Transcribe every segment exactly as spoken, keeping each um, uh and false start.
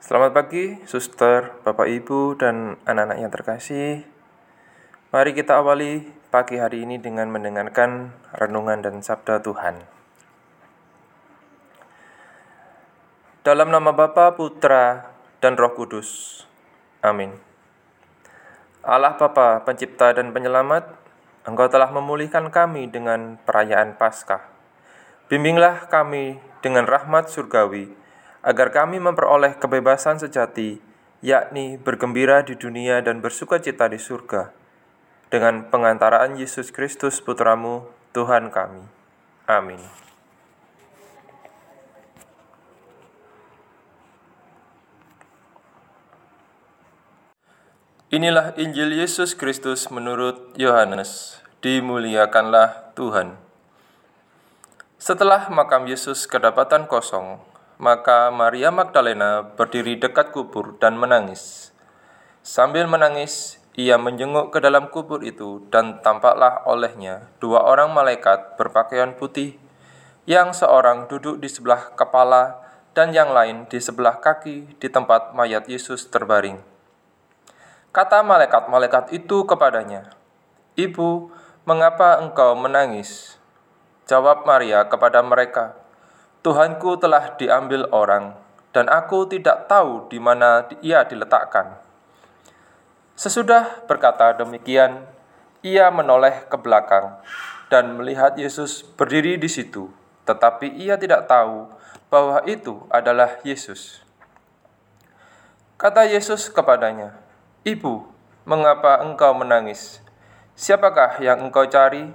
Selamat pagi, suster, bapak ibu, dan anak-anak yang terkasih. Mari kita awali pagi hari ini dengan mendengarkan renungan dan sabda Tuhan. Dalam nama Bapa, Putra, dan Roh Kudus. Amin. Allah Bapa, Pencipta dan Penyelamat, Engkau telah memulihkan kami dengan perayaan Paskah. Bimbinglah kami dengan rahmat surgawi, agar kami memperoleh kebebasan sejati, yakni bergembira di dunia dan bersukacita di surga, dengan pengantaraan Yesus Kristus Putramu, Tuhan kami. Amin. Inilah Injil Yesus Kristus menurut Yohanes. Dimuliakanlah Tuhan. Setelah makam Yesus kedapatan kosong, maka Maria Magdalena berdiri dekat kubur dan menangis. Sambil menangis, ia menjenguk ke dalam kubur itu dan tampaklah olehnya dua orang malaikat berpakaian putih, yang seorang duduk di sebelah kepala dan yang lain di sebelah kaki di tempat mayat Yesus terbaring. Kata malaikat-malaikat itu kepadanya, "Ibu, mengapa engkau menangis?" Jawab Maria kepada mereka, "Tuhanku telah diambil orang, dan aku tidak tahu di mana ia diletakkan." Sesudah berkata demikian, ia menoleh ke belakang dan melihat Yesus berdiri di situ, tetapi ia tidak tahu bahwa itu adalah Yesus. Kata Yesus kepadanya, "Ibu, mengapa engkau menangis? Siapakah yang engkau cari?"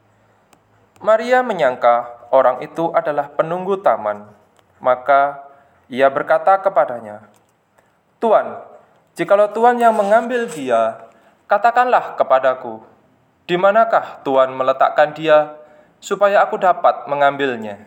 Maria menyangka orang itu adalah penunggu taman, maka ia berkata kepadanya, "Tuan, jikalau Tuan yang mengambil dia, katakanlah kepadaku, di manakah Tuan meletakkan dia, supaya aku dapat mengambilnya."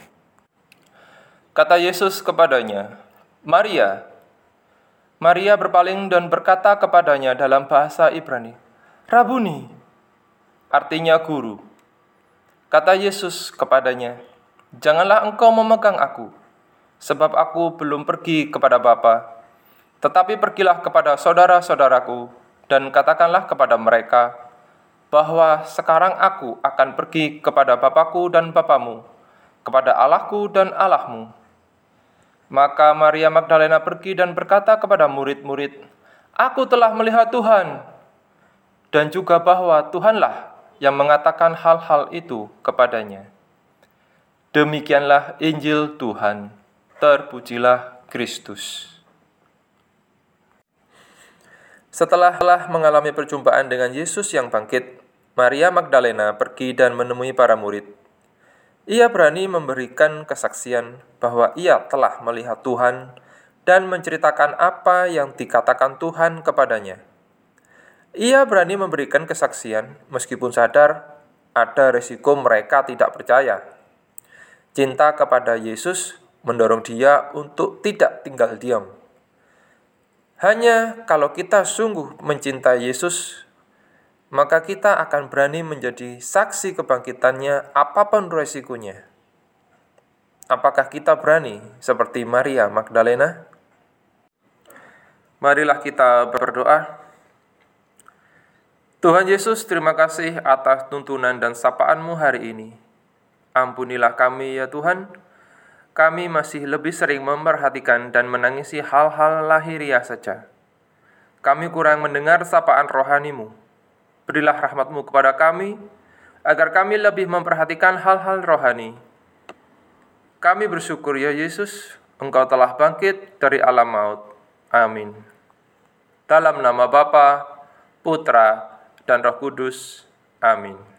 Kata Yesus kepadanya, "Maria." Maria berpaling dan berkata kepadanya dalam bahasa Ibrani, "Rabuni," artinya guru. Kata Yesus kepadanya, "Janganlah engkau memegang aku, sebab aku belum pergi kepada Bapa. Tetapi pergilah kepada saudara-saudaraku, dan katakanlah kepada mereka, bahwa sekarang aku akan pergi kepada Bapakku dan Bapamu, kepada Allahku dan Allahmu." Maka Maria Magdalena pergi dan berkata kepada murid-murid, "Aku telah melihat Tuhan," dan juga bahwa Tuhanlah yang mengatakan hal-hal itu kepadanya. Demikianlah Injil Tuhan. Terpujilah Kristus. Setelah mengalami perjumpaan dengan Yesus yang bangkit, Maria Magdalena pergi dan menemui para murid. Ia berani memberikan kesaksian bahwa ia telah melihat Tuhan dan menceritakan apa yang dikatakan Tuhan kepadanya. Ia berani memberikan kesaksian meskipun sadar ada risiko mereka tidak percaya. Cinta kepada Yesus mendorong dia untuk tidak tinggal diam. Hanya kalau kita sungguh mencintai Yesus, maka kita akan berani menjadi saksi kebangkitannya apapun resikonya. Apakah kita berani seperti Maria Magdalena? Marilah kita berdoa. Tuhan Yesus, terima kasih atas tuntunan dan sapaan-Mu hari ini. Ampunilah kami ya Tuhan, kami masih lebih sering memerhatikan dan menangisi hal-hal lahiriah saja. Kami kurang mendengar sapaan rohani-Mu. Berilah rahmat-Mu kepada kami, agar kami lebih memperhatikan hal-hal rohani. Kami bersyukur ya Yesus, Engkau telah bangkit dari alam maut. Amin. Dalam nama Bapa, Putra, dan Roh Kudus. Amin.